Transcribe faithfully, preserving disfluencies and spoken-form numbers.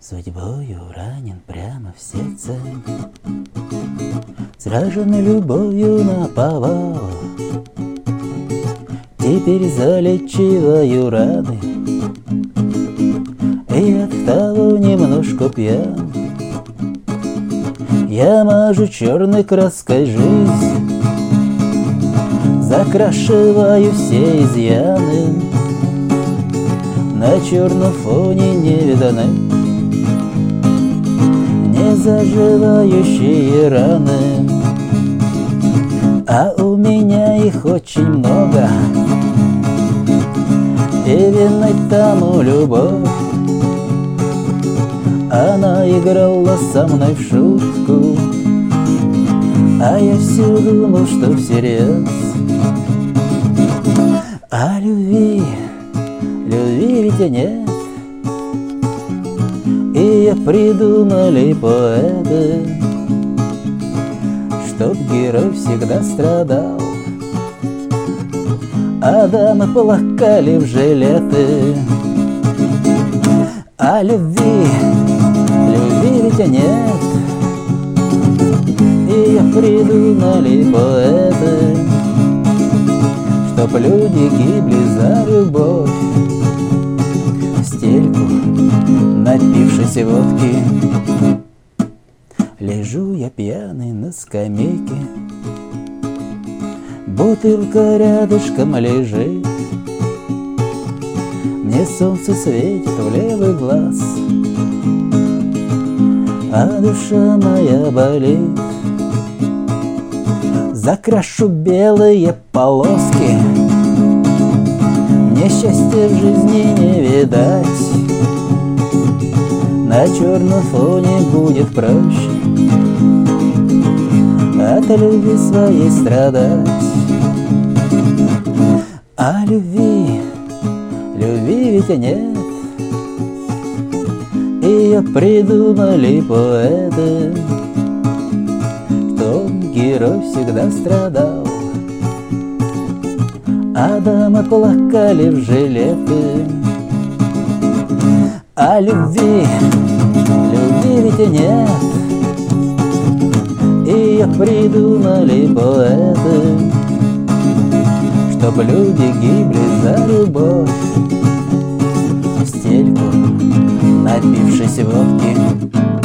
Судьбою ранен прямо в сердце, сраженный любовью наповал. Теперь залечиваю раны, и оттого немножко пьян. Я мажу черной краской жизнь, закрашиваю все изъяны, на черном фоне невиданной незаживающие раны. А у меня их очень много, и виной тому любовь. Она играла со мной в шутку, а я все думал, что всерьез. А любви, любви ведь и нет. Ее придумали поэты, чтоб герой всегда страдал, а дамы плакали в жилеты. А любви, любви ведь и нет. Ее придумали поэты, чтоб люди гибли за любовь. В стельку, напившись водки, лежу я пьяный на скамейке. Бутылка рядышком лежит, мне солнце светит в левый глаз, а душа моя болит. Закрашу белые полоски, мне счастья в жизни не видать. На черном фоне будет проще от любви своей страдать. А любви, любви ведь и нет. Ее придумали поэты, чтоб герой всегда страдал, а дамы плакали в жилеты. А любви, любви ведь и нет. Ее придумали поэты, чтоб люди гибли за любовь. В стельку, напившись водки,